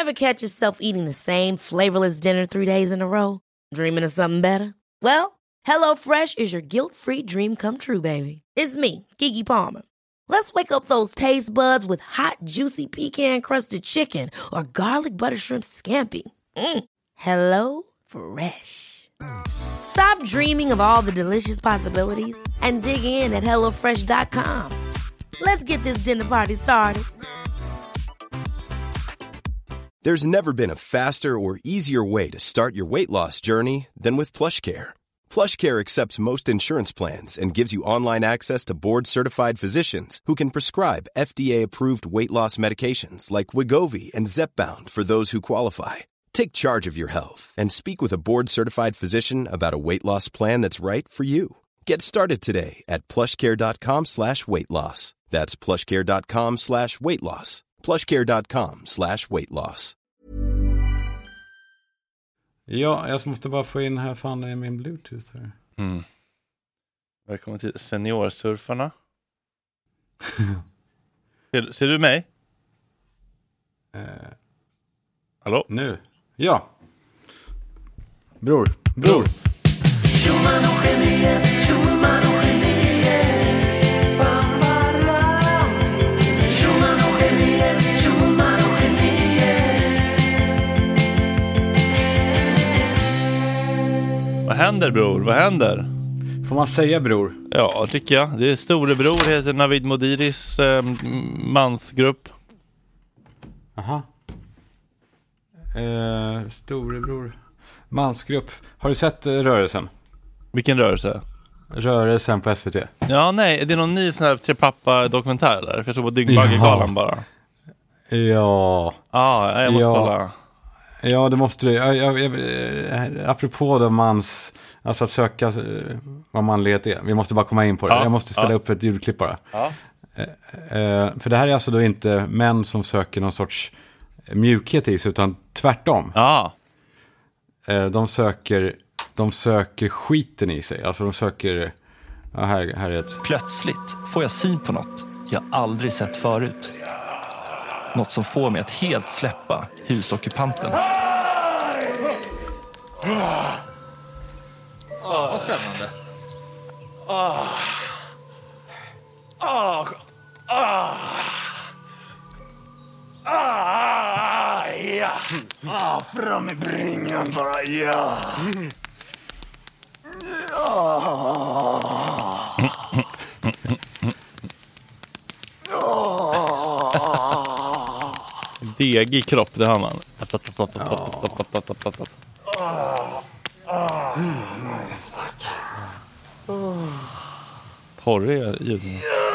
Ever catch yourself eating the same flavorless dinner 3 days in a row? Dreaming of something better? Well, HelloFresh is your guilt-free dream come true, baby. It's me, Keke Palmer. Let's wake up those taste buds with hot, juicy pecan-crusted chicken or garlic butter shrimp scampi. Hello Fresh. Stop dreaming of all the delicious possibilities and dig in at HelloFresh.com. Let's get this dinner party started. There's never been a faster or easier way to start your weight loss journey than with PlushCare. PlushCare accepts most insurance plans and gives you online access to board-certified physicians who can prescribe FDA-approved weight loss medications like Wegovy and Zepbound for those who qualify. Take charge of your health and speak with a board-certified physician about a weight loss plan that's right for you. Get started today at plushcare.com/weightloss. That's plushcare.com/weightloss. plushcare.com/weightloss. Ja, jag måste bara få in här, fan, i min Bluetooth här. Välkommen till seniorsurfarna. Ser du mig? Hallå? Nu. Ja. Bror. Vad händer, bror? Vad händer? Får man säga bror? Ja, tycker jag. Det är storebror, heter Navid Modiris mansgrupp. Aha. Storebror. Mansgrupp. Har du sett rörelsen? Vilken rörelse? Rörelsen på SVT. Ja, nej. Det är någon ny sån här Tre pappa-dokumentär där. För jag såg på Dyngbaggegalan bara. Ja. Jag måste kolla. Ja, det måste du. Apropå då mans... Alltså att söka vad manlighet är. Vi måste bara komma in på det. Jag måste spela upp ett ljudklipp bara. Ja. För det här är alltså då inte män som söker någon sorts mjukhet i sig, utan tvärtom. Ja. De söker skiten i sig. Alltså de söker... Ja, här är ett... Plötsligt får jag syn på något jag aldrig sett förut. Något som får mig att helt släppa husockupanten. Vad spännande. Fram i bringan bara, ja. Degig kropp, det har man. Porriga ljud.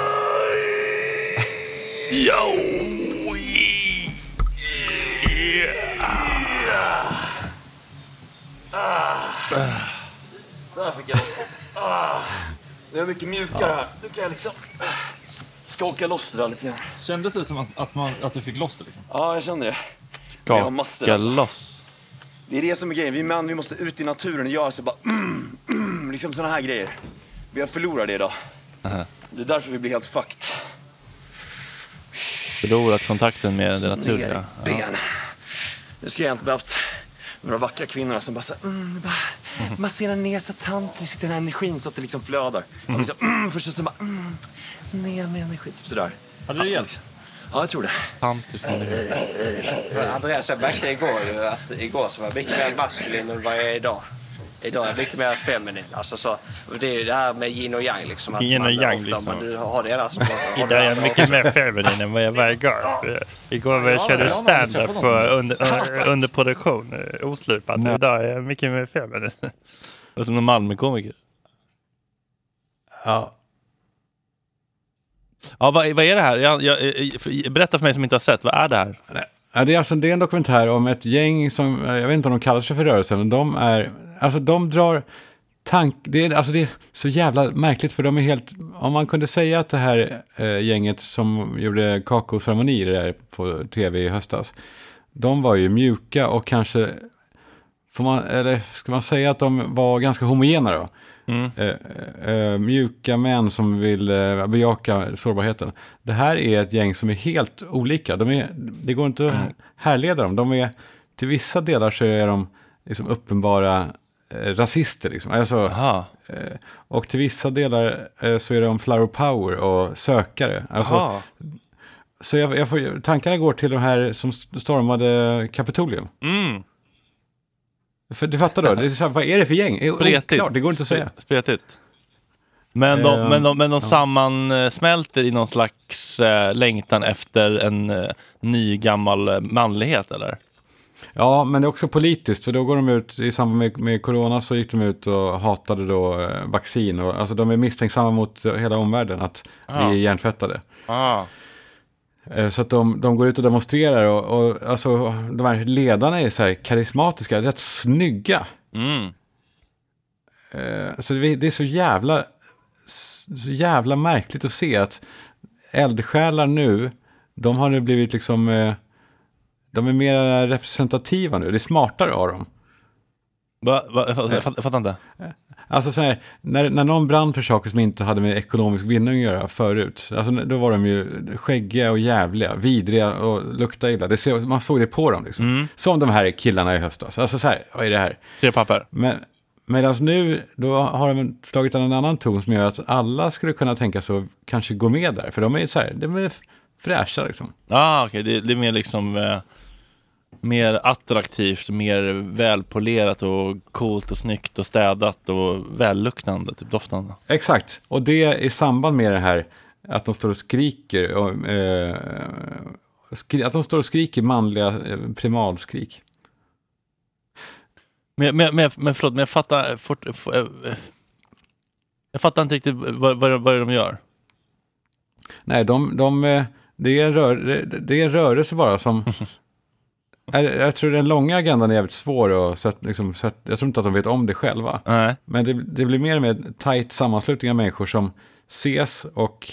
Där fick jag loss. Det är mycket mjukare här. Nu kan jag liksom skaka loss det där lite grann. Kändes det som att du fick loss det liksom? Ja, jag känner det. Skaka loss. Det är det som är grejen. Vi män, vi måste ut i naturen och göra så bara liksom såna här grejer. Vi har förlorat det idag. Det är därför vi blir helt fucked. Förlorat kontakten med det naturliga. Ben. Nu ska jag inte behövt några vackra kvinnor som bara så massera ner så tantriskt den här energin så att det liksom flödar. Och så, först så bara ner med energi, typ sådär. Hade det hjälpt? Ja, jag tror det. Tantriskt. Andreas, jag märkte igår så var jag mycket mer maskulin än vad jag är idag. Idag är jag mycket mer feminin. Alltså så, det är det här med yin och yang liksom. Att yin och yang ofta, liksom. Du har det ena som idag är jag mycket mer feminin än vad jag var igår. Igår var jag körde stand-up under produktion. Oslipad. Idag är jag mycket mer feminin. Och som en Malmö-komiker. Ja. Ja, vad är det här? Berätta för mig som inte har sett. Vad är det här? Ja, det är en dokumentär om ett gäng som, jag vet inte om de kallar sig för rörelsen, men de drar det är så jävla märkligt, för de är helt, om man kunde säga att det här gänget som gjorde kakoceremonier där på tv i höstas, de var ju mjuka och kanske eller ska man säga att de var ganska homogena då? Mjuka män som vill bejaka sårbarheten. Det här är ett gäng som är helt olika. Det går inte att härleda dem. Till vissa delar så är de liksom uppenbara rasister. Liksom. Alltså, och till vissa delar så är de flower power och sökare. Alltså, så tankarna går till de här som stormade Kapitolium. För du fattar då, det är så här, vad är det för gäng? Klart, det går inte att säga. Spretigt. Men de sammansmälter i någon slags längtan efter en ny gammal manlighet, eller? Ja, men det är också politiskt, för då går de ut i samband med corona, så gick de ut och hatade då vaccin. Och, alltså de är misstänksamma mot hela omvärlden att vi är hjärntvättade. Så att de går ut och demonstrerar och alltså, de här ledarna är så här karismatiska, rätt snygga. Så det är så jävla märkligt att se att eldsjälar nu, de har nu blivit liksom, de är mer representativa nu, det är smartare av dem. Jag fattar inte. Alltså så här, när någon brann för saker som inte hade med ekonomisk vinning att göra förut, alltså då var de ju skäggiga och jävliga, vidriga och lukta illa. Man såg det på dem liksom. Som de här killarna i höstas. Alltså så här, vad är det här? Tre papper. Medan nu, då har de slagit en annan ton som gör att alla skulle kunna tänka så kanske gå med där. För de är så här, de är fräscha liksom. Okej. Det är mer liksom mer attraktivt, mer välpolerat och coolt och snyggt och städat och välluktande, typ doftande. Exakt, och det i samband med det här att de står och skriker och, att de står och skriker manliga primalskrik. Men förlåt, men jag fattar inte riktigt vad de gör. Nej, det är en rörelse bara som jag tror den långa agendan är jävligt svår och jag tror inte att de vet om det själva. Nej. Men det blir mer och mer tajt sammanslutning av människor som ses och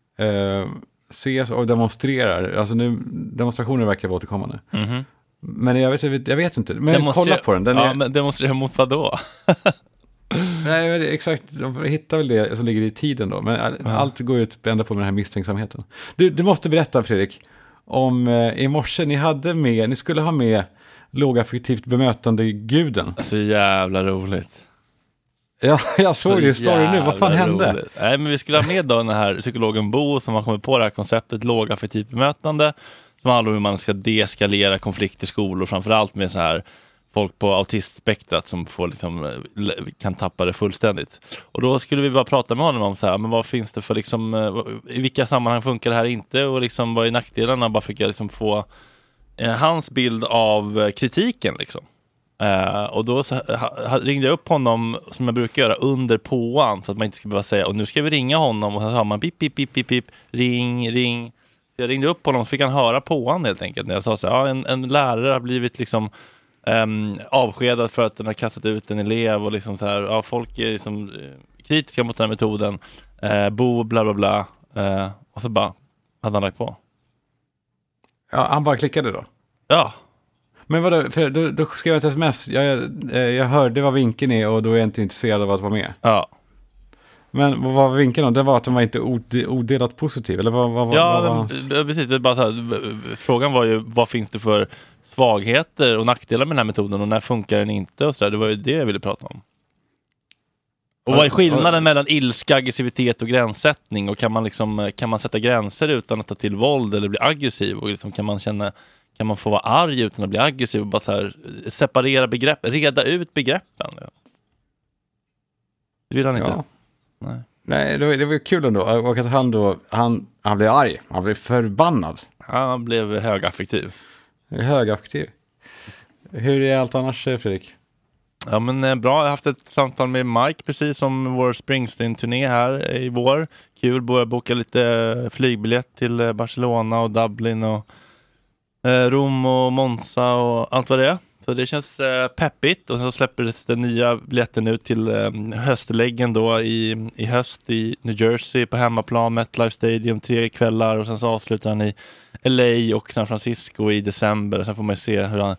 demonstrerar. Alltså nu, demonstrationer verkar vara återkommande. Men jag vet inte. Men kolla på den. Men demonstrera mot vad då? Nej, exakt. De hittar väl det som ligger i tiden då. Men allt går ju ut ända på med den här misstänksamheten. Du måste berätta, Fredrik, om i morse ni skulle ha med lågaffektivt bemötande guden. Så jävla roligt. Ja, jag såg det i storyn nu. Vad fan hände? Roligt. Nej, men vi skulle ha med då den här psykologen Bo som har kommit på det här konceptet lågaffektivt bemötande, som handlar om hur man ska deeskalera konflikter i skolor, framförallt med så här folk på autistspektrat som får liksom, kan tappa det fullständigt. Och då skulle vi bara prata med honom om så här, men vad finns det för liksom, i vilka sammanhang funkar det här inte och liksom, vad är nackdelarna, bara fick jag liksom få hans bild av kritiken liksom. Och då ringde jag upp honom som jag brukar göra under påan, så att man inte ska behöva säga och nu ska vi ringa honom, och så hör man pip pip pip pip pip, ring. Jag ringde upp honom, så fick han höra påan helt enkelt när jag sa så här, en lärare har blivit liksom avskedad för att den har kastat ut en elev och liksom så här, folk är liksom kritiska mot den här metoden, Bo bla bla bla, och så bara hade han lagt på. Ja, han bara klickade då? Ja. Men vadå, för då skrev jag ett sms, jag hörde vad vinkeln är och då är jag inte intresserad av att vara med. Ja. Men vad var vinkeln då? Det var att den var inte odelat positiv, eller vad var precis, det bara så här, frågan var ju, vad finns det för svagheter och nackdelar med den här metoden och när funkar den inte och så där. Det var ju det jag ville prata om. Och vad är skillnaden mellan ilska, aggressivitet och gränssättning, och kan man sätta gränser utan att ta till våld eller bli aggressiv, och liksom, kan man få vara arg utan att bli aggressiv och bara så här separera begrepp, reda ut begreppen. Det vill han inte. Ja. Nej, det var kul ändå. Och att han blev arg. Han blev förbannad. Han blev högaffektiv. Högaffektiv. Hur är allt annars, Fredrik? Ja, men bra. Jag har haft ett samtal med Mike precis som vår Springsteen-turné här i vår. Kul, börja boka lite flygbiljett till Barcelona och Dublin och Rom och Monza och allt vad det är. Så det känns peppigt, och så släpper den nya biljetten ut till höstläggen då i höst i New Jersey på hemmaplan, MetLife Stadium, 3 kvällar, och sen så avslutar han i LA och San Francisco i december, och sen får man se hur han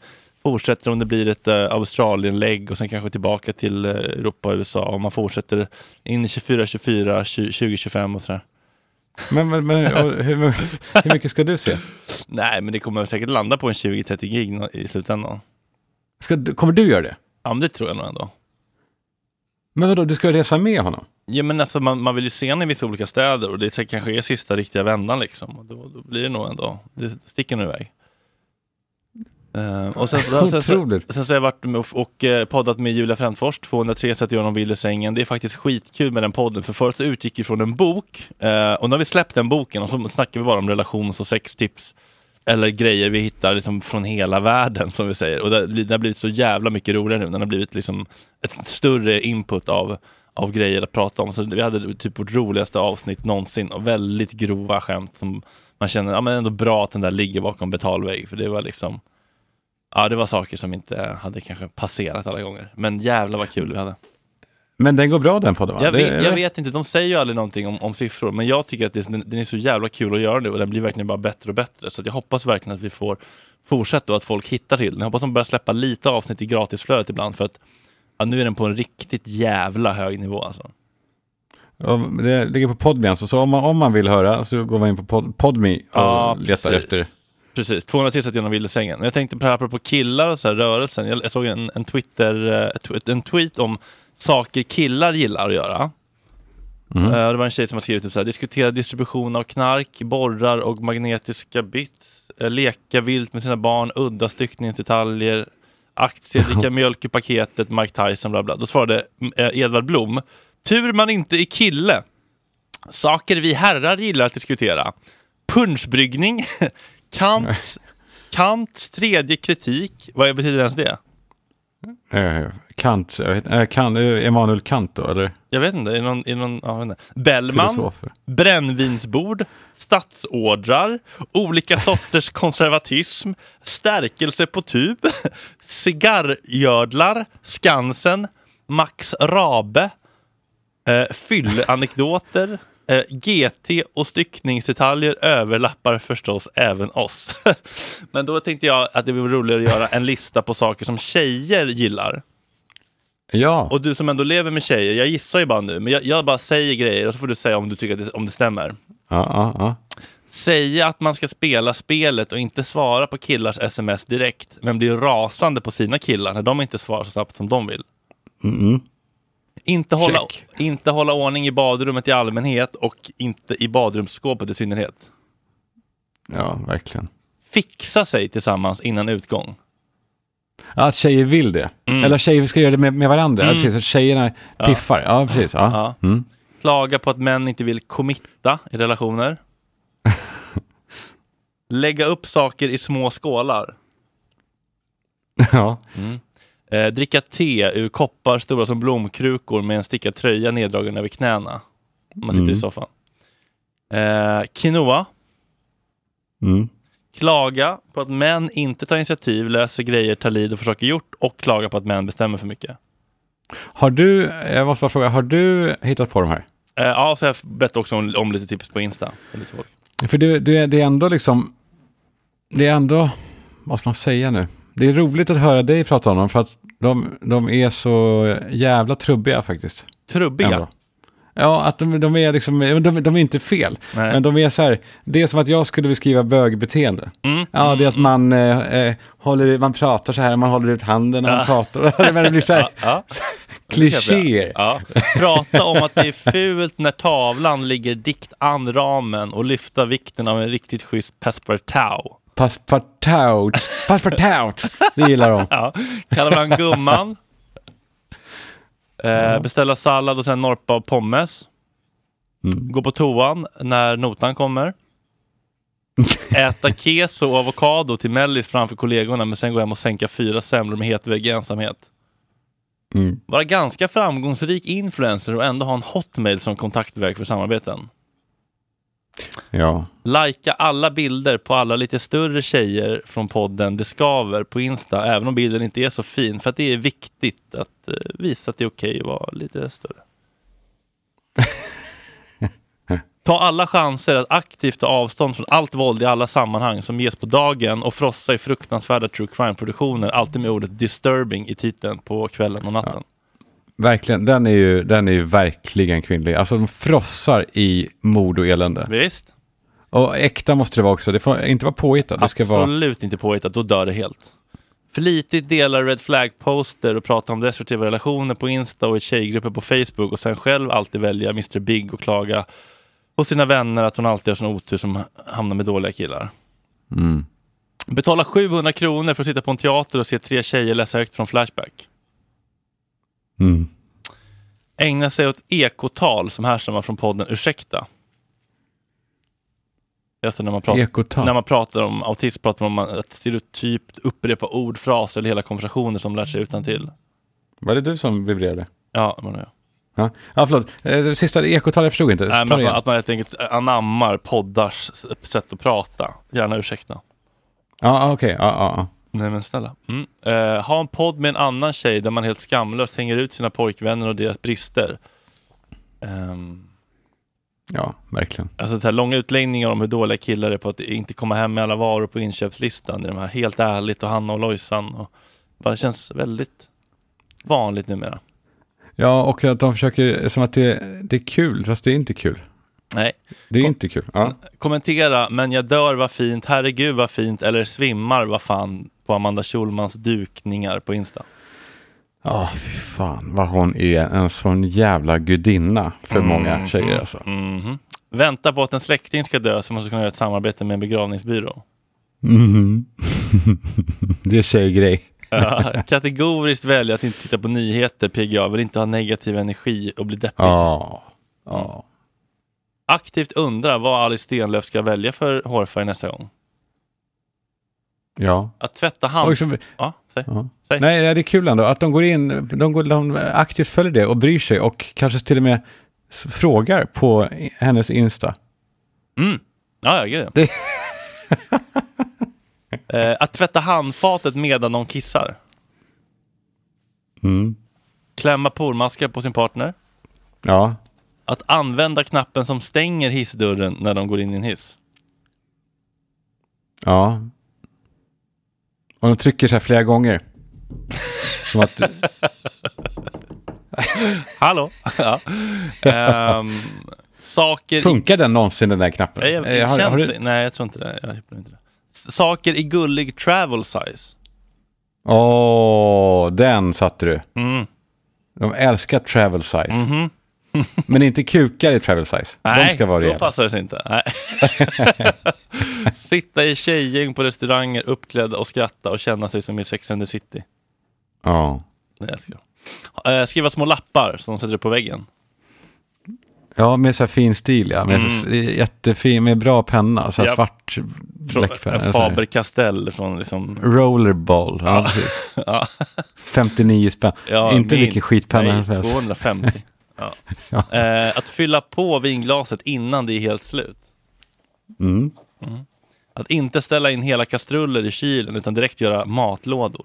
fortsätter om det blir ett Australien-lägg och sen kanske tillbaka till Europa och USA. Och man fortsätter in i 24-24, 20-25 och sådär. Men hur mycket ska du se? Nej, men det kommer säkert landa på en 20-30 gig i slutändan. Kommer du göra det? Ja, men det tror jag nog ändå. Men vadå, du ska resa med honom? Ja, men alltså man vill ju se honom i vissa olika städer och det kanske är sista riktiga vändan liksom. Och då blir det nog ändå, det sticker nog iväg. Och sen så har jag varit med och poddat med Julia Frändfors, 203 sätter jag någon vill i sängen. Det är faktiskt skitkul med den podden, för förut utgick ju från en bok och nu har vi släppt den boken och så snackar vi bara om relations- och sextips eller grejer vi hittar liksom från hela världen, som vi säger. Och det har blivit så jävla mycket roligare nu. Den har blivit liksom ett större input av grejer att prata om. Så vi hade typ vårt roligaste avsnitt någonsin och väldigt grova skämt som man känner, ja men ändå bra att den där ligger bakom betalvägg. För det var liksom, ja det var saker som inte hade kanske passerat alla gånger. Men jävla vad kul vi hade. Men den går bra den podden, va? Jag vet inte, de säger ju aldrig någonting om siffror, men jag tycker att den är så jävla kul att göra nu och den blir verkligen bara bättre och bättre. Så att jag hoppas verkligen att vi får fortsätta och att folk hittar till den. Jag hoppas att de börjar släppa lite avsnitt i gratisflödet ibland, för att nu är den på en riktigt jävla hög nivå alltså. Och det ligger på Podme alltså, så om man vill höra så går man in på Podme och letar efter. Precis, 230 jag vill i sängen. Men jag tänkte på det här på killar och så här, rörelsen. Jag såg en tweet om saker killar gillar att göra. Det var en tjej som har skrivit typ så här: diskutera distribution av knark, borrar och magnetiska bits, leka vilt med sina barn, udda styckningsdetaljer, aktier, dricka mjölk i paketet, Mike Tyson, bla bla. Då svarade Edvard Blom: tur man inte är kille. Saker vi herrar gillar att diskutera: punschbryggning, Kants tredje kritik. Vad betyder ens det? Kant, Emanuel Kant då, eller? Jag vet inte, Bellman, filosofer. Brännvinsbord, statsordrar, olika sorters konservatism, stärkelse på tub, cigarrgördlar, Skansen, Max Rabe, fyllanekdoter, GT och styckningsdetaljer överlappar förstås även oss. Men då tänkte jag att det vore roligare att göra en lista på saker som tjejer gillar. Ja. Och du som ändå lever med tjejer, jag gissar ju bara nu, men jag bara säger grejer och så får du säga om du tycker om det stämmer. Ja. Säga att man ska spela spelet och inte svara på killars sms direkt, men blir rasande på sina killar när de inte svarar så snabbt som de vill. Inte hålla ordning i badrummet i allmänhet och inte i badrumsskåpet i synnerhet. Ja, verkligen. Fixa sig tillsammans innan utgång. Ja, att tjejer vill det. Eller tjejer ska göra det med varandra. Precis, att tjejerna piffar. Ja, precis. Ja. Klaga på att män inte vill committa i relationer. Lägga upp saker i små skålar. Ja. Dricka te ur koppar stora som blomkrukor med en stickad tröja neddragen över knäna. Man sitter i soffan. Quinoa. Klaga på att män inte tar initiativ, löser grejer, tar lid och får saker gjort, och klaga på att män bestämmer för mycket. Jag måste bara fråga, har du hittat på de här? Ja, så jag har bett också om lite tips på Insta. För det är ändå liksom, det är ändå, vad ska man säga nu? Det är roligt att höra dig prata om dem, för att de är så jävla trubbiga faktiskt. Trubbiga? Ändå. Ja, att de är liksom, de är inte fel. Nej. Men de är så här, det är som att jag skulle beskriva bögbeteende. Ja, det är att man pratar så här, man håller ut handen när man pratar. Men det blir så här, klichéer. Ja. Prata om att det är fult när tavlan ligger dikt an ramen och lyfta vikten av en riktigt schysst passepartout. Passepartout. Det gillar de. Ja. Kallar man gumman. Beställa sallad och sen norpa av pommes. Gå på toan när notan kommer. Äta keso och avokado till mellis framför kollegorna, men sen gå hem och sänka 4 semlor med het vägg ensamhet. Vara ganska framgångsrik influencer och ändå ha en hotmail som kontaktväg för samarbeten. Ja. Lajka alla bilder på alla lite större tjejer från podden Det Skaver på Insta, även om bilden inte är så fin, för att det är viktigt att visa att det är okej att vara lite större. Ta alla chanser att aktivt ta avstånd från allt våld i alla sammanhang som ges på dagen och frossa i fruktansvärda true crime-produktioner, alltid med ordet disturbing i titeln på kvällen och natten. Verkligen, den är ju verkligen kvinnlig. Alltså de frossar i mord och elände. Visst. Och äkta måste det vara också. Det får inte vara påhittat. Det ska Absolut inte påhittat, då dör det helt. Flitigt delar red flag-poster och pratar om destruktiva relationer på Insta och i tjejgrupper på Facebook och sen själv alltid välja Mr. Big och klaga hos sina vänner att hon alltid har sån otur som hamnar med dåliga killar. Mm. Betala 700 kronor för att sitta på en teater och se 3 tjejer läsa högt från Flashback. Mm. Ägna sig åt ekotal som härstammar från podden Ursäkta. Alltså när man pratar om autism pratar man om att stereotypt upprepa ord, fraser eller hela konversationer som lär sig utan till. Var det du som vibrerade? Ja, det var det. Ja, förlåt. Det sista ekotal jag förstod inte. Nej, att man helt enkelt anammar poddars sätt att prata. Gärna ursäkta. Ja, okej. Ja. Nej, men snälla. Ha en podd med en annan tjej där man helt skamlöst hänger ut sina pojkvänner och deras brister. Ja, verkligen. Alltså det här långa utläggningar om hur dåliga killar är på att inte komma hem med alla varor på inköpslistan. Det är de här Helt ärligt och Hanna och Lojsan. Och det känns väldigt vanligt numera. Ja, och att de försöker, som att det är kul, fast det är inte kul. Nej. Det är inte kul. Ja. Kommentera, men jag dör vad fint, herregud vad fint, eller svimmar vad fan på Amanda Schulmans dukningar på Insta. Ja, fy fan, vad hon är en sån jävla gudinna för många tjejer alltså. Vänta på att en släkting ska dö så man ska kunna göra ett samarbete med en begravningsbyrå. Det är tjejgrej. Ja, kategoriskt välja att inte titta på nyheter, PGA, vill inte ha negativ energi och bli deppig. Ja. Aktivt undra vad Alice Stenlöf ska välja för hårfärg nästa gång. Ja. Att tvätta hand. Säg. Nej, det är kul ändå att de går in, de aktivt följer det och bryr sig och kanske till och med frågar på hennes Insta. Ja, gud. Att tvätta handfatet medan de kissar. Klämma pormaskar på sin partner. Ja. Att använda knappen som stänger hissdörren när de går in i en hiss. Ja. Och de trycker så här flera gånger. Som att... Hallå? Ja. Saker... Funkar den någonsin, den där knappen? Nej, jag tror inte det. Jag inte det. Saker i gullig travel size. Den satte du. De älskar travel size. Men inte kukar i travel size. Nej, de ska vara då passar det sig inte. Nej. Sitta i tjejgäng på restauranger uppklädda och skratta och känna sig som i Sex and the City. Ja. Skriva små lappar som de sätter upp på väggen. Ja, med så här fin stil, ja. Med jättefin, med bra penna. Så här svart bläckpenna. Faber-Castell från liksom... Rollerball. Ja, precis. Ja. 59 spänn. Ja, inte vilken skitpenna. Nej, 250. Ja. Att fylla på vinglaset innan det är helt slut. Att inte ställa in hela kastruller i kylen utan direkt göra matlådor.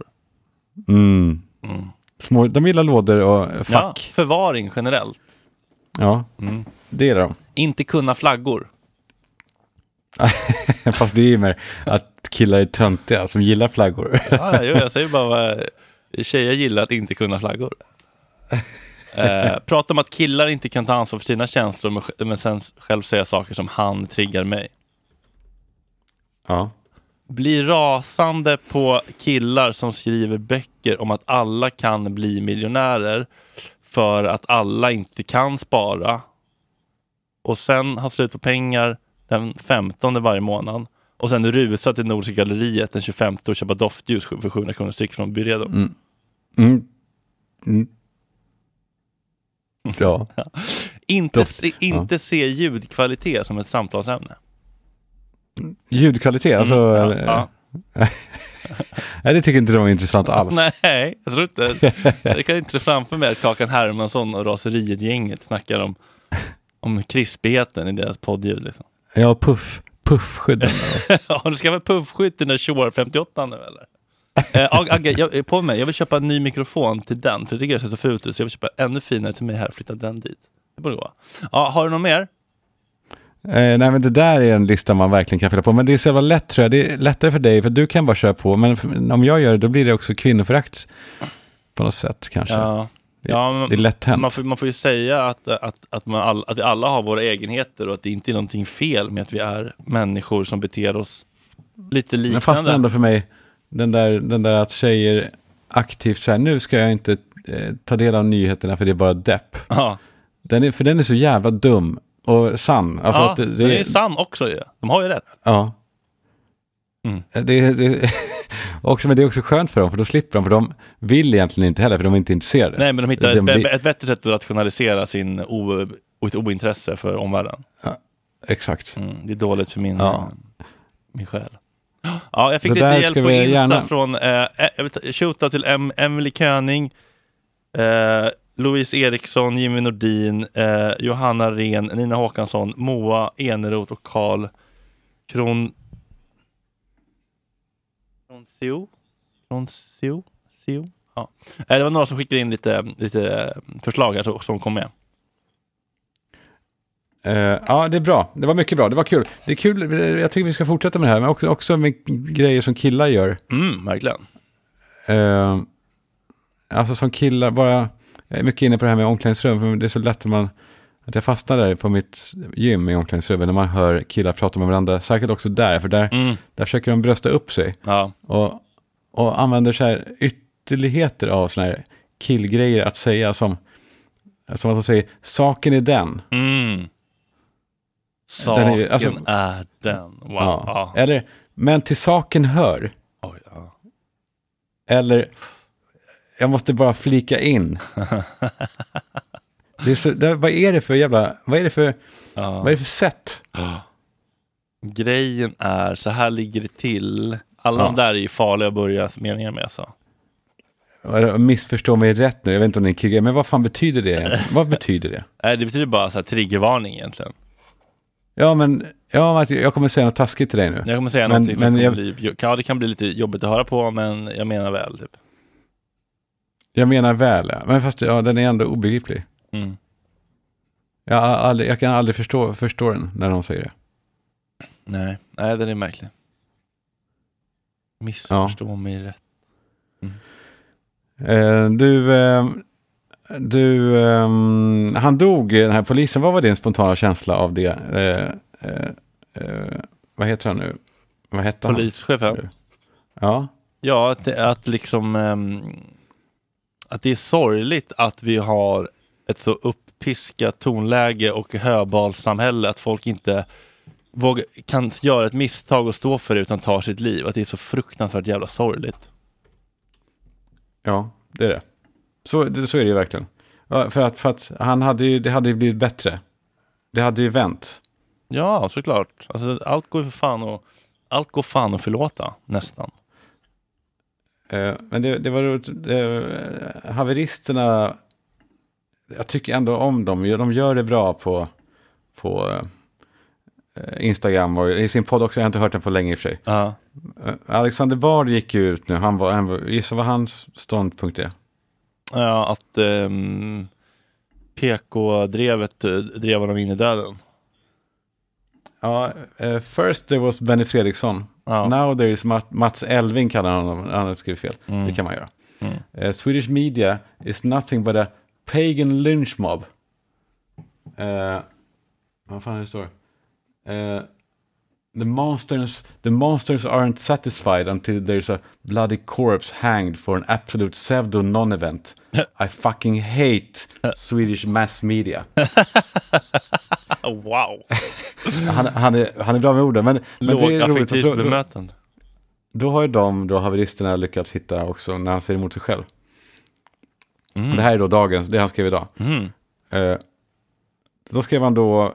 Små, de gillar lådor och fack. Ja, förvaring generellt. Ja, det gillar de. Inte kunna flaggor. Fast det är ju mer att killar är töntiga som gillar flaggor. Ja, jag säger bara vad tjejer gillar att inte kunna flaggor. Prata om att killar inte kan ta ansvar för sina känslor men sen själv säga saker som han triggar mig. Ja. Bli rasande på killar som skriver böcker om att alla kan bli miljonärer för att alla inte kan spara och sen ha slut på pengar den 15 varje månad och sen rusa till Nordiska galleriet den 25 och köpa doftljus för 700 kronor styck från Byredo. Ja. Inte se ljudkvalitet som ett samtalsämne. Ljudkvalitet, alltså... Ja. Nej, det tycker inte de var intressant alls. Nej, jag tror inte. Det kan inte framför mig att Kakan Hermansson och Raseriet-gänget snackar om krispigheten i deras poddljud. Liksom. Ja, puffskydden. Ja, du ska väl puffskydd till den Shure 58 nu, eller? Agge, jag vill köpa en ny mikrofon till den, för det är så fult ut, så jag vill köpa ännu finare till mig här och flytta den dit. Det borde gå. Ja, har du något mer? Nej, men det där är en lista man verkligen kan fylla på. Men det är så jävla lätt, tror jag. Det är lättare för dig, för du kan bara köra på. Men om jag gör det, då blir det också kvinnoförakt på något sätt, kanske. Ja. Det är lätt hänt. Man får ju säga att vi alla har våra egenheter och att det inte är någonting fel med att vi är människor som beter oss lite liknande. Men fastnar ändå för mig den där att tjejer aktivt så här, nu ska jag inte ta del av nyheterna för det är bara depp. Ja. Den är så jävla dum och sann. Alltså Ja, att det den är sann också ju. De har ju rätt. Ja. Det också, men det är också skönt för dem, för då slipper de, för de vill egentligen inte heller, för de är inte intresserade. Nej, men de hittar ett bättre sätt att rationalisera sin ointresse för omvärlden. Ja, exakt. Det är dåligt för min själ. Ja, jag fick det lite hjälp på Insta från shoutout till Emily König, Louise Eriksson, Jimmy Nordin, Johanna Ren, Nina Håkansson, Moa Eneroth och Karl Kroncio. Ja. Det var några som skickade in lite förslag här som kom med. Ja, det är bra. Det var mycket bra. Det var kul. Det är kul. Jag tycker vi ska fortsätta med det här, men också med grejer som killar gör. Verkligen. Alltså som killar bara... Jag är mycket inne på det här med omklädningsrum, för det är så lätt att jag fastnar där på mitt gym i omklädningsrummet när man hör killar prata med varandra. Säkert också där, för där försöker de brösta upp sig. Ja. Och använder så här ytterligheter av såna här killgrejer att säga som att de säger, saken är den. Saken är den. Wow. Ja. Eller, men till saken hör. Oj, ja. Eller, jag måste bara flika in. Vad är det för sätt? Grejen är, så här ligger det till. Alla de där är ju farliga att börja meningar med. Så. Jag missförstår mig rätt nu. Jag vet inte om det är en kigge, men vad fan betyder det? Vad betyder det? Det betyder bara så här triggervarning egentligen. Ja, men jag kommer säga något taskigt till dig nu. Jag kommer säga någonting det kan bli lite jobbigt att höra på, men jag menar väl typ. Jag menar väl, ja. Men fast den är ändå obegriplig. Jag kan aldrig förstå den när de säger det. Nej, den är märklig. Missförstå mig rätt. Han dog, den här polisen. Vad var din spontana känsla av det? Vad heter han nu? Vad hette han? Polischefen? Ja. Ja, att liksom att det är sorgligt att vi har ett så upppiskat tonläge och höbalsamhälle att folk inte kan göra ett misstag och stå för det utan tar sitt liv. Att det är så fruktansvärt jävla sorgligt. Ja, det är det. Så är det ju verkligen. För att det hade ju blivit bättre. Det hade ju vänt. Ja, såklart. Alltså, allt går fan att förlåta, nästan. Men det var roligt. Haveristerna, jag tycker ändå om dem. De gör det bra på Instagram och i sin podd också. Jag har inte hört den på länge i och för sig. Alexander Bard gick ju ut nu. Gissa vad hans ståndpunkt är. Ja, att PK-drevet drev honom in i döden. Ja, first there was Benny Fredriksson. Now there is Mats Elving kallar han honom. Han har skrivit fel. Det kan man göra. Swedish media is nothing but a pagan lynch mob. Vad fan är det står? The monsters aren't satisfied until there's a bloody corpse hanged for an absolute pseudo non-event. I fucking hate Swedish mass media. Wow. Han är bra med orden, men det är roligt. Då har ju haveristerna lyckats hitta också när han ser emot sig själv. Det här är då det han skrev idag. Då skrev han då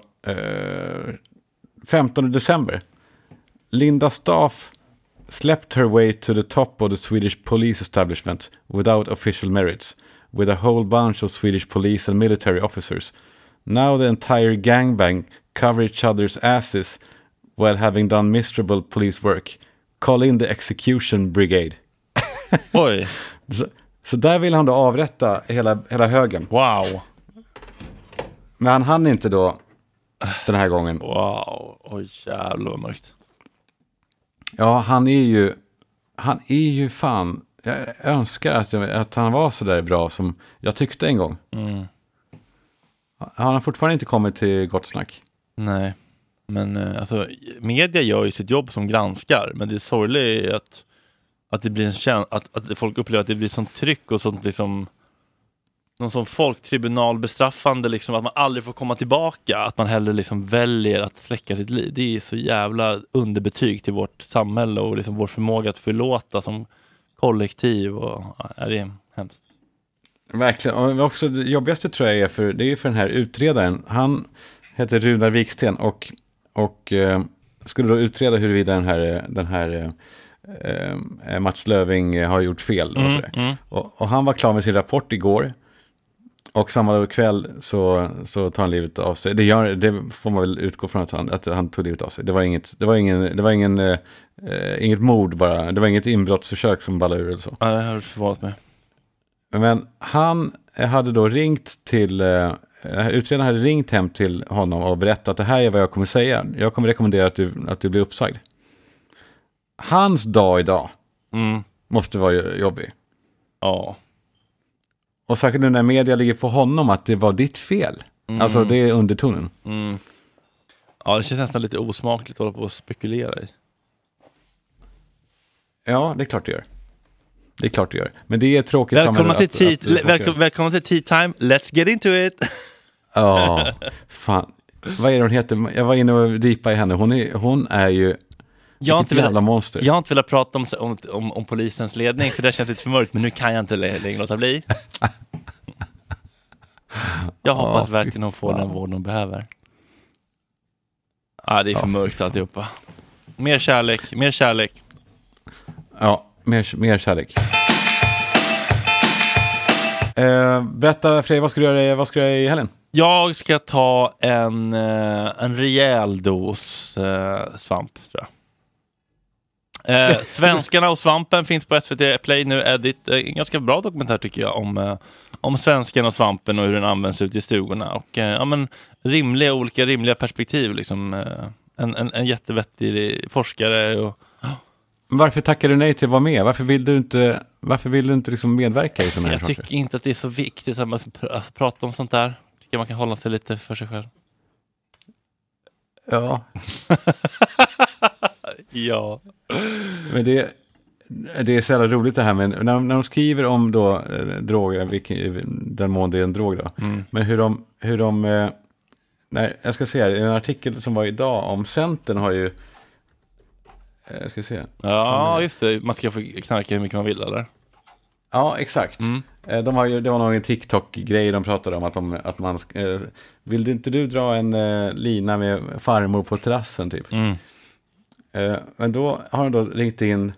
15 december. Linda Staff slept her way to the top of the Swedish police establishment without official merits, with a whole bunch of Swedish police and military officers. Now the entire gangbang cover each other's asses while having done miserable police work. Call in the execution brigade. Oj. Så där vill han då avrätta hela högen. Wow. Men han hann inte då den här gången. Wow, oj jävlar vad mörkt. Ja, han är ju fan, jag önskar att han var så där bra som jag tyckte en gång. Han har fortfarande inte kommit till Gott Snack. Nej, men alltså media gör ju sitt jobb som granskar, men det är sorgligt att det blir att folk upplever att det blir sånt tryck och sånt liksom någon som folktribunal bestraffande liksom, att man aldrig får komma tillbaka, att man hellre liksom väljer att släcka sitt liv. Det är så jävla underbetyg till vårt samhälle och liksom vår förmåga att förlåta som kollektiv, och det är hemskt. Verkligen, och också det jobbigaste tror jag är för den här utredaren. Han heter Runar Viksten och skulle då utreda huruvida den här Mats Löfving har gjort fel och sådär. Och han var klar med sin rapport igår. Och samma kväll så tar han livet av sig. Det får man väl utgå från att han tog livet av sig. Det var inget mord bara. Det var inget inbrottsförsök som ballade ur eller så. Ja, det har förvånat mig. Men han hade då ringt till utredaren hade ringt hem till honom och berättat att det här är vad jag kommer säga. Jag kommer rekommendera att du blir uppsagd. Hans dag idag måste vara jobbig. Ja. Och särskilt nu när media ligger på honom att det var ditt fel. Alltså det är undertonen. Ja, det känns nästan lite osmakligt att hålla på och spekulera i. Ja, det är klart det gör. Det är klart det gör. Men det är tråkigt. Välkomna till Tea Time. Let's get into it. Ja, fan. Vad är det hon heter? Jag var inne och deepa i henne. Hon är ju ett jävla monster. Jag har inte velat prata om polisens ledning, för det känns lite för mörkt, men nu kan jag inte längre låta bli. Jag hoppas verkligen hon får den vård hon behöver. Det är för mörkt alltihopa. Mer kärlek. Ja, mer kärlek. Berätta Fredrik, vad ska du göra i helgen? Jag ska ta en rejäl dos svamp, tror jag. Svenskarna och svampen finns på SVT Play nu, Edit. En ganska bra dokumentär tycker jag om svensken och svampen och hur den används ut i stugorna. Och olika rimliga perspektiv liksom. En jättevettig forskare. Och varför tackar du nej till att vara med? Varför vill du inte liksom medverka i sådana här saker? Jag tycker inte att det är så viktigt att man prata om sånt där. Jag tycker man kan hålla sig lite för sig själv. Ja. Ja. Men det är så jävla roligt det här med när de skriver om då droger, den mån det är en drog då. Men hur de när jag ska se här, en artikel som var idag om Centern har ju jag ska se. Ja, just det. Man ska få knarka hur mycket man vill, eller? Ja, exakt. Det var nog en TikTok-grej de pratade om att man vill inte du dra en lina med farmor på terrassen typ. Men då har de då ringt in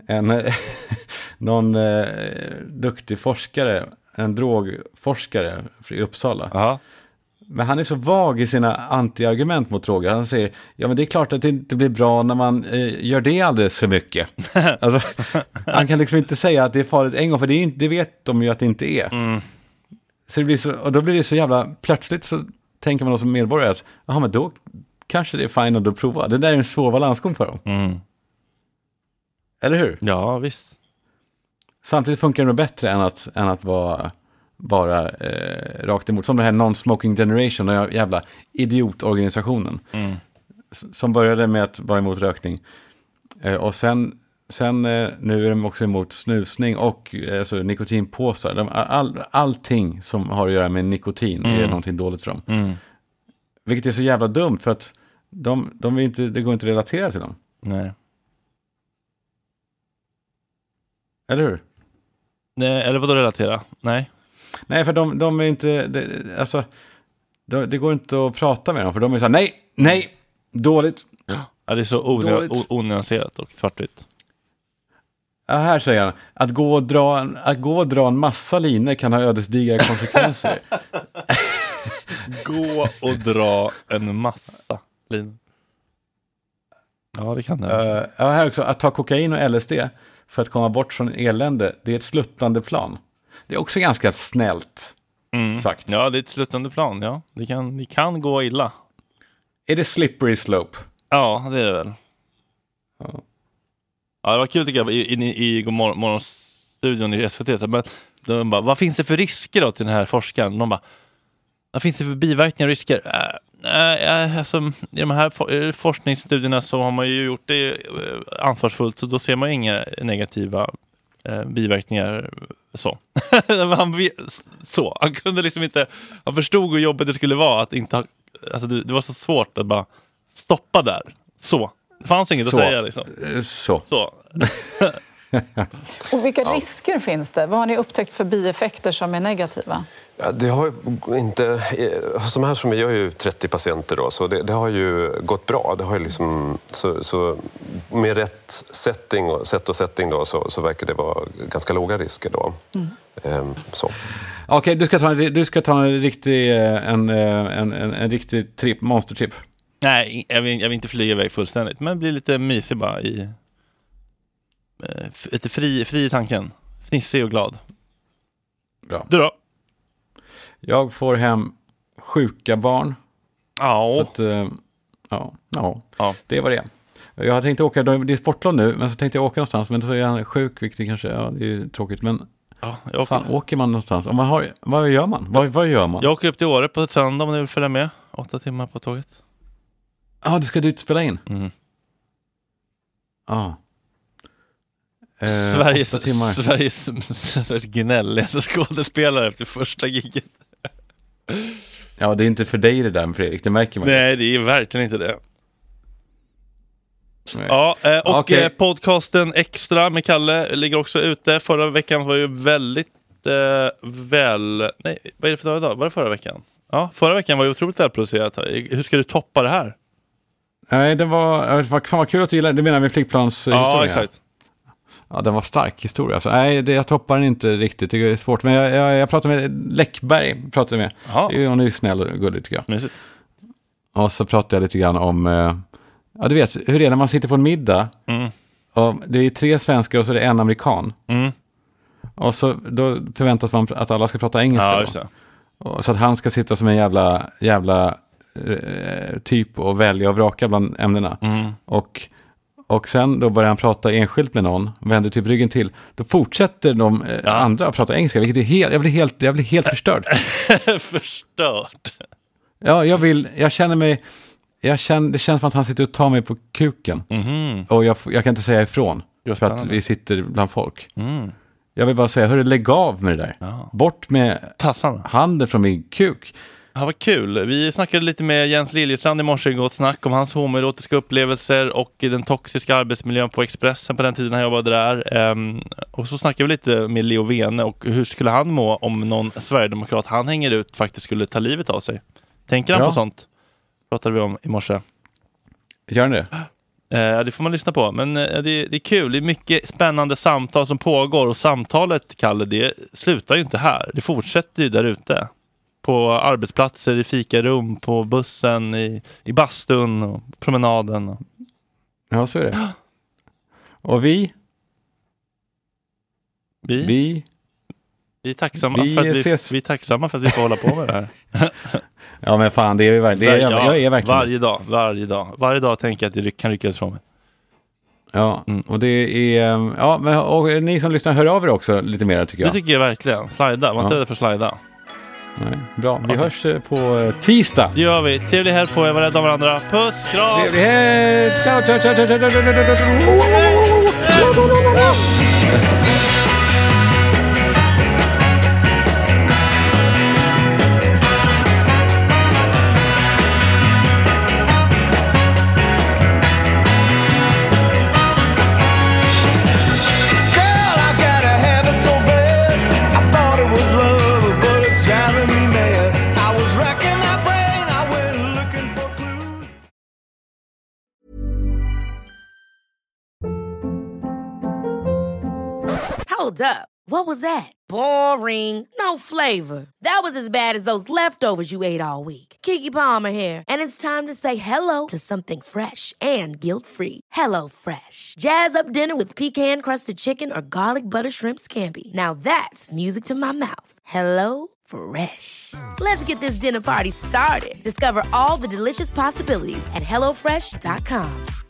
någon duktig forskare, en drogforskare i Uppsala. Aha. Men han är så vag i sina anti-argument mot droger. Han säger, ja men det är klart att det inte blir bra när man gör det alldeles för mycket. Alltså, han kan liksom inte säga att det är farligt en gång, för det vet de ju att det inte är. Så det blir så, och då blir det så jävla, plötsligt så tänker man då som medborgare att, jaha men då kanske det är fine att då prova. Det där är en svår balansgång för dem. Eller hur? Ja, visst. Samtidigt funkar det nog bättre än att vara rakt emot. Som det här Non-Smoking Generation, den jävla idiotorganisationen. Som började med att vara emot rökning. Och sen nu är de också emot snusning och alltså, nikotinpåsar. Allting som har att göra med nikotin är någonting dåligt för dem. Vilket är så jävla dumt, för att de är inte, det går inte att relatera till dem. Nej. Eller hur? Nej, eller vadå relatera? Nej, för de är inte alltså det går inte att prata med dem, för de är så här, nej, dåligt. Ja, det är så onyanserat och svartvitt. Ja, här säger han, att gå och dra en massa linor kan ha ödesdigra konsekvenser. Gå och dra en massa linor. Ja, det kan det. Ja, här också, att ta kokain och LSD för att komma bort från elände, det är ett sluttande plan. Det är också ganska snällt sagt. Ja, det är ett sluttande plan, ja. Det kan gå illa. Är det slippery slope? Ja, det är det väl. Ja. Ja, det var kul tycker jag i morgonstudion i SVT. Men de bara, vad finns det för risker då till den här forskaren? De bara, vad finns det för biverkningar och risker? Alltså, i de här forskningsstudierna så har man ju gjort det ansvarsfullt, så då ser man inga negativa biverkningar så. Han kunde liksom inte, han förstod hur jobbigt det skulle vara att inte ha, alltså det var så svårt att bara stoppa där. Så. Det fanns inget att säga liksom. Så. Och vilka risker finns det? Vad har ni upptäckt för bieffekter som är negativa? Ja, det har inte, som här som vi gör ju 30 patienter då, så det har ju gått bra. Det har ju liksom, så med rätt setting då så verkar det vara ganska låga risker då. Så. Okej, du ska ta en riktig trip, monstertrip. Nej, jag vill inte flyga iväg fullständigt, men bli lite mysig bara i lite fri i tanken. Fnissig och glad. Bra. Du då? Jag får hem sjuka barn. Ja. Så att, det var det. Jag hade tänkt åka, det är sportlov nu, men så tänkte jag åka någonstans, men så är han sjuk, vilket kanske, det är tråkigt, men åker man någonstans? Om vad gör man? Vad gör man? Jag åker upp till Åre på söndag om ni vill följa med. 8 timmar på tåget. Ja, du ska dit spela in? Ja. Sveriges gnälligaste skådespelare efter första giget. Ja, det är inte för dig det där med Fredrik, det märker man. Nej, det är verkligen inte det. Nej. Ja, och podcasten Extra med Kalle ligger också ute. Förra veckan var ju väldigt nej, vad är det för dag idag? Var det förra veckan? Ja, förra veckan var ju otroligt välproducerat. Hur ska du toppa det här? Nej, det var kul att du gillade. Det menar vi flygplanshistorien. Ja, exakt. Ja, den var stark historia. Alltså, nej, jag toppar den inte riktigt. Det är svårt. Men jag pratade med Läckberg. Hon är ju snäll och gullig tycker jag. Mysigt. Och så pratade jag lite grann om... du vet, hur det är när man sitter på en middag. Och det är 3 svenskar och så är det 1 amerikan. Och så då förväntas man att alla ska prata engelska. Ja, just det. Och så att han ska sitta som en jävla typ och välja och vraka bland ämnena. Och sen då börjar han prata enskilt med någon, vänder typ ryggen till. Då fortsätter de andra att prata engelska, vilket är jag blir helt förstörd. Förstörd? Ja, det känns som att han sitter och tar mig på kuken. Och jag kan inte säga ifrån för att vi sitter bland folk. Jag vill bara säga, hörru, lägg av med det där. Ja. Bort med tassarna. Handen från min kuk. Ja, vad kul. Vi snackade lite med Jens Liljestrand i morse, gott snack om hans homoerotiska upplevelser och den toxiska arbetsmiljön på Expressen på den tiden han jobbade där. Och så snackade vi lite med Leo Vene och hur skulle han må om någon sverigedemokrat han hänger ut faktiskt skulle ta livet av sig. Tänker han på sånt? Pratade vi om i morse. Gör han det? Det får man lyssna på. Men det är kul. Det är mycket spännande samtal som pågår och samtalet, Kalle, det slutar ju inte här. Det fortsätter ju där ute. På arbetsplatser, i fikarum, på bussen, i bastun och promenaden. Ja, så är det. Och vi är tacksamma vi är tacksamma för att vi får hålla på med det här. Ja, men fan, det är vi verkligen. Jag är verkligen. Varje dag tänker jag att det kan ryckas från mig. Ja, och det är... Ja, men, och ni som lyssnar, hör av er också lite mer, tycker jag. Det tycker jag verkligen. Slida, var inte rädd för slida. Nej, bra. Vi hörs på tisdag. Det gör vi. Trevlig helg på er. Var rädda om varandra. Puss, kram! Trevlig helg! Ciao, ciao, ciao, ciao, ciao, Hold up. What was that? Boring. No flavor. That was as bad as those leftovers you ate all week. Keke Palmer here, and it's time to say hello to something fresh and guilt-free. Hello Fresh. Jazz up dinner with pecan-crusted chicken or garlic butter shrimp scampi. Now that's music to my mouth. Hello Fresh. Let's get this dinner party started. Discover all the delicious possibilities at hellofresh.com.